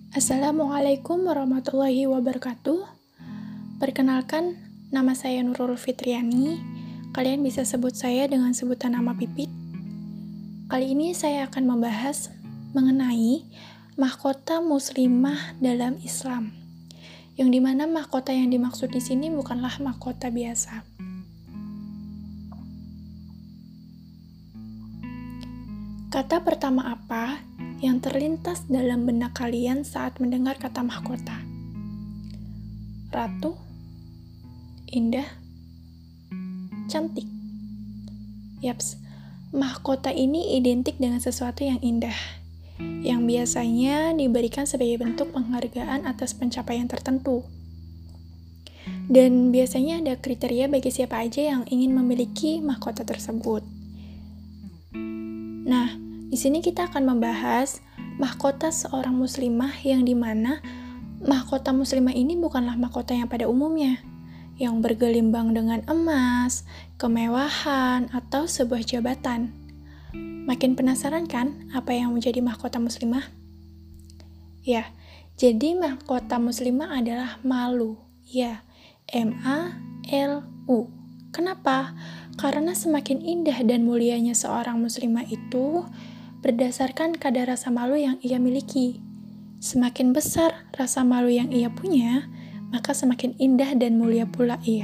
Assalamualaikum warahmatullahi wabarakatuh. Perkenalkan, nama saya Nurul Fitriani. Kalian bisa sebut saya dengan sebutan nama Pipit. Kali ini saya akan membahas mengenai mahkota muslimah dalam Islam. Yang dimana mahkota yang dimaksud di sini bukanlah mahkota biasa. Kata pertama apa yang terlintas dalam benak kalian saat mendengar kata mahkota? Ratu, indah, cantik. Yaps, mahkota ini identik dengan sesuatu yang indah, yang biasanya diberikan sebagai bentuk penghargaan atas pencapaian tertentu. Dan biasanya ada kriteria bagi siapa aja yang ingin memiliki mahkota tersebut. Nah, di sini kita akan membahas mahkota seorang muslimah yang dimana mahkota muslimah ini bukanlah mahkota yang pada umumnya, yang bergelimbang dengan emas, kemewahan, atau sebuah jabatan. Makin penasaran kan apa yang menjadi mahkota muslimah? Ya, jadi mahkota muslimah adalah malu. Ya, M-A-L-U. Kenapa? Karena semakin indah dan mulianya seorang muslimah itu berdasarkan kadar rasa malu yang ia miliki. Semakin besar rasa malu yang ia punya, maka semakin indah dan mulia pula ia.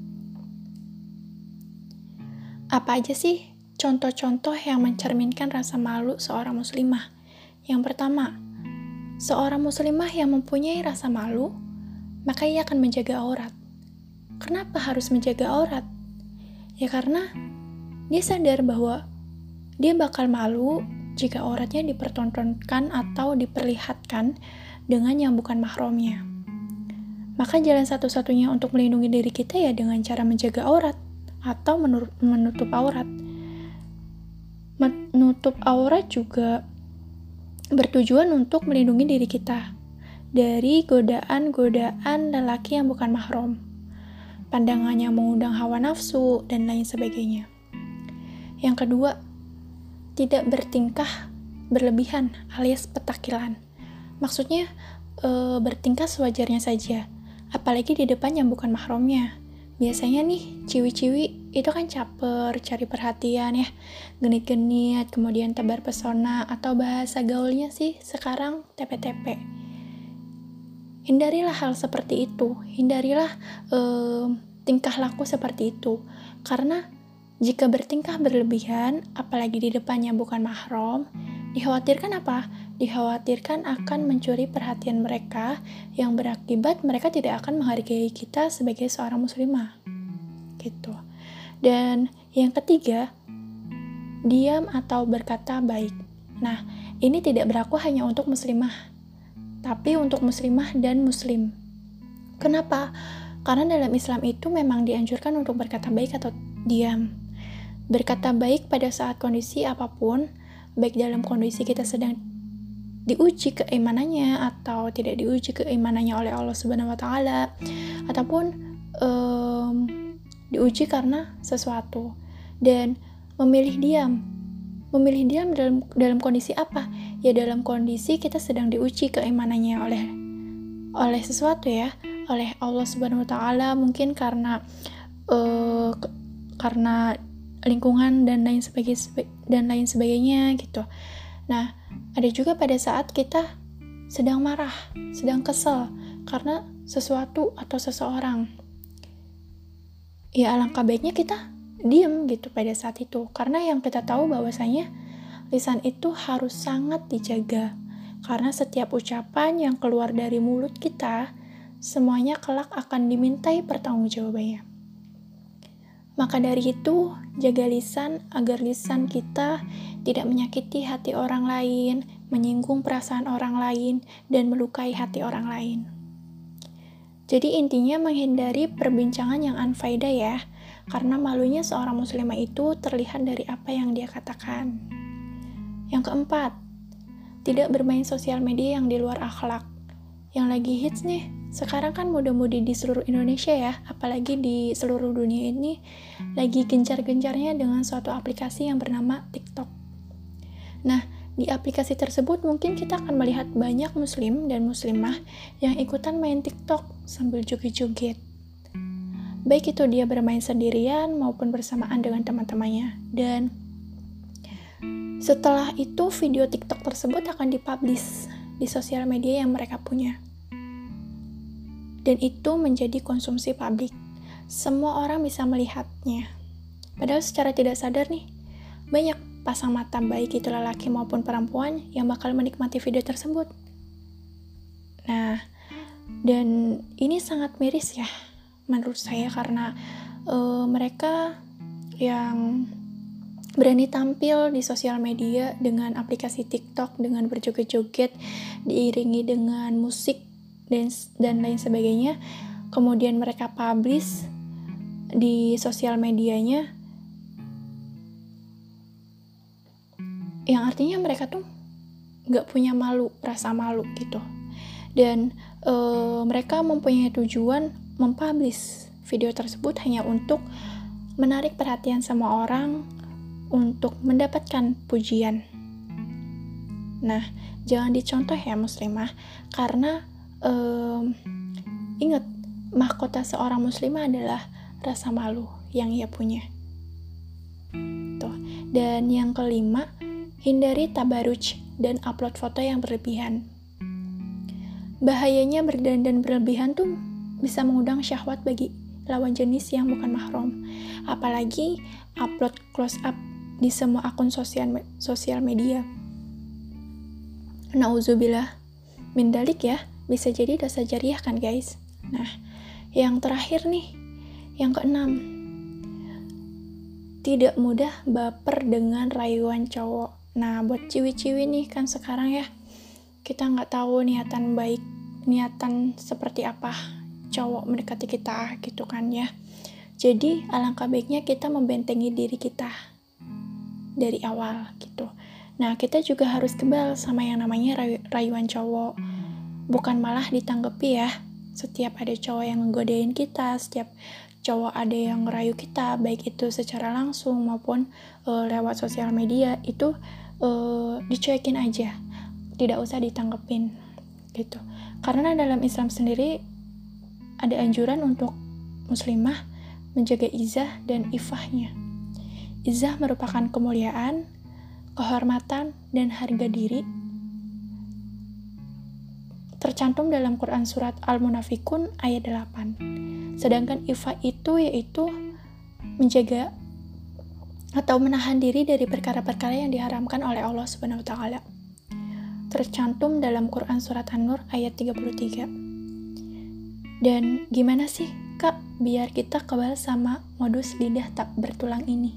Apa aja sih contoh-contoh yang mencerminkan rasa malu seorang muslimah? Yang pertama, seorang muslimah yang mempunyai rasa malu, maka ia akan menjaga aurat. Kenapa harus menjaga aurat? Ya karena dia sadar bahwa dia bakal malu jika auratnya dipertontonkan atau diperlihatkan dengan yang bukan mahramnya. Maka jalan satu-satunya untuk melindungi diri kita ya dengan cara menjaga aurat atau menutup aurat. Menutup aurat juga bertujuan untuk melindungi diri kita dari godaan-godaan lelaki yang bukan mahram, pandangan yang mengundang hawa nafsu, dan lain sebagainya. Yang kedua, tidak bertingkah berlebihan alias petakilan. Maksudnya bertingkah sewajarnya saja, apalagi di depan yang bukan mahramnya. Biasanya nih ciwi-ciwi itu kan caper, cari perhatian ya, genit-genit, kemudian tebar pesona, atau bahasa gaulnya sih sekarang tepe-tepe. Hindarilah hal seperti itu, hindarilah tingkah laku seperti itu, karena jika bertingkah berlebihan, apalagi di depannya bukan mahram, dikhawatirkan apa? Dikhawatirkan akan mencuri perhatian mereka, yang berakibat mereka tidak akan menghargai kita sebagai seorang muslimah. Gitu. Dan yang ketiga, diam atau berkata baik. Nah, ini tidak berlaku hanya untuk muslimah, tapi untuk muslimah dan muslim. Kenapa? Karena dalam Islam itu memang dianjurkan untuk berkata baik atau diam. Berkata baik pada saat kondisi apapun, baik dalam kondisi kita sedang diuji keimanannya atau tidak diuji keimanannya oleh Allah Subhanahu wa taala, ataupun diuji karena sesuatu. Dan memilih diam dalam kondisi apa? Ya dalam kondisi kita sedang diuji keimanannya oleh sesuatu ya, oleh Allah Subhanahu wa taala, mungkin karena lingkungan dan lain sebagainya gitu. Nah, ada juga pada saat kita sedang marah, sedang kesel karena sesuatu atau seseorang. Ya alangkah baiknya kita diam gitu pada saat itu, karena yang kita tahu bahwasanya lisan itu harus sangat dijaga, karena setiap ucapan yang keluar dari mulut kita semuanya kelak akan dimintai pertanggungjawabannya. Maka dari itu, jaga lisan agar lisan kita tidak menyakiti hati orang lain, menyinggung perasaan orang lain, dan melukai hati orang lain. Jadi intinya menghindari perbincangan yang unfaedah ya, karena malunya seorang muslimah itu terlihat dari apa yang dia katakan. Yang keempat, tidak bermain sosial media yang di luar akhlak. Yang lagi hits nih, sekarang kan muda-mudi di seluruh Indonesia ya, apalagi di seluruh dunia ini lagi gencar-gencarnya dengan suatu aplikasi yang bernama TikTok. Nah, Di aplikasi tersebut mungkin kita akan melihat banyak muslim dan muslimah yang ikutan main TikTok sambil joget-joget. Baik itu dia bermain sendirian maupun bersamaan dengan teman-temannya. Dan setelah itu video TikTok tersebut akan dipublish di sosial media yang mereka punya. Dan itu menjadi konsumsi publik. Semua orang bisa melihatnya. Padahal secara tidak sadar nih, banyak pasang mata baik itu lelaki maupun perempuan yang bakal menikmati video tersebut. Nah, dan ini sangat miris ya menurut saya karena mereka yang berani tampil di sosial media dengan aplikasi TikTok dengan berjoget-joget diiringi dengan musik dan lain sebagainya, kemudian mereka publish di sosial medianya, yang artinya mereka tuh nggak punya rasa malu gitu. Dan mereka mempunyai tujuan mempublish video tersebut hanya untuk menarik perhatian semua orang untuk mendapatkan pujian. Nah, jangan dicontoh ya muslimah, karena ingat, mahkota seorang muslimah adalah rasa malu yang ia punya. Tuh. Dan yang kelima, hindari tabaruj dan upload foto yang berlebihan. Bahayanya berdandan berlebihan tuh bisa mengundang syahwat bagi lawan jenis yang bukan mahram. Apalagi upload close up di semua akun sosial media. Nauzubillah min dalik ya, bisa jadi dosa jariah kan guys. Nah, yang terakhir nih, yang keenam, tidak mudah baper dengan rayuan cowok. Nah, buat ciwi-ciwi nih kan sekarang ya, kita nggak tahu niatan seperti apa cowok mendekati kita gitu kan ya. Jadi alangkah baiknya kita membentengi diri kita dari awal gitu. Nah, kita juga harus kebal sama yang namanya rayuan cowok. Bukan malah ditanggapi ya, setiap ada cowok yang ngegodain kita, setiap cowok ada yang ngerayu kita, baik itu secara langsung maupun lewat sosial media, itu dicuekin aja, tidak usah ditanggepin gitu. Karena dalam Islam sendiri ada anjuran untuk muslimah menjaga izah dan ifahnya. Izah merupakan kemuliaan, kehormatan, dan harga diri. Tercantum dalam Quran surat Al-Munafikun ayat 8. Sedangkan ifah itu yaitu menjaga atau menahan diri dari perkara-perkara yang diharamkan oleh Allah Subhanahu wa taala. Tercantum dalam Quran surat An-Nur ayat 33. Dan gimana sih, Kak, biar kita kebal sama modus lidah tak bertulang ini?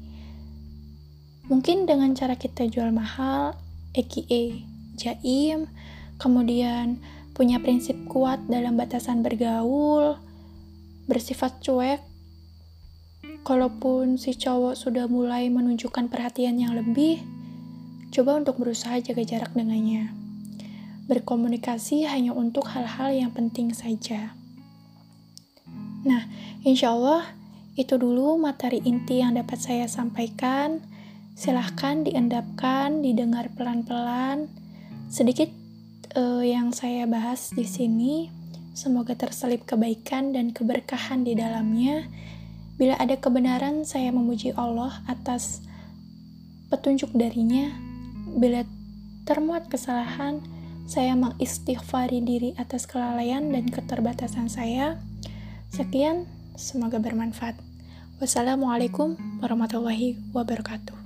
Mungkin dengan cara kita jual mahal, aka jaim, kemudian punya prinsip kuat dalam batasan bergaul, bersifat cuek. Kalaupun si cowok sudah mulai menunjukkan perhatian yang lebih, coba untuk berusaha jaga jarak dengannya. Berkomunikasi hanya untuk hal-hal yang penting saja. Nah, insya Allah itu dulu materi inti yang dapat saya sampaikan. Silahkan diendapkan, didengar pelan-pelan. Sedikit yang saya bahas di sini, semoga terselip kebaikan dan keberkahan di dalamnya. Bila ada kebenaran, saya memuji Allah atas petunjuk darinya. Bila termuat kesalahan, saya mengistighfari diri atas kelalaian dan keterbatasan saya. Sekian, semoga bermanfaat. Wassalamualaikum warahmatullahi wabarakatuh.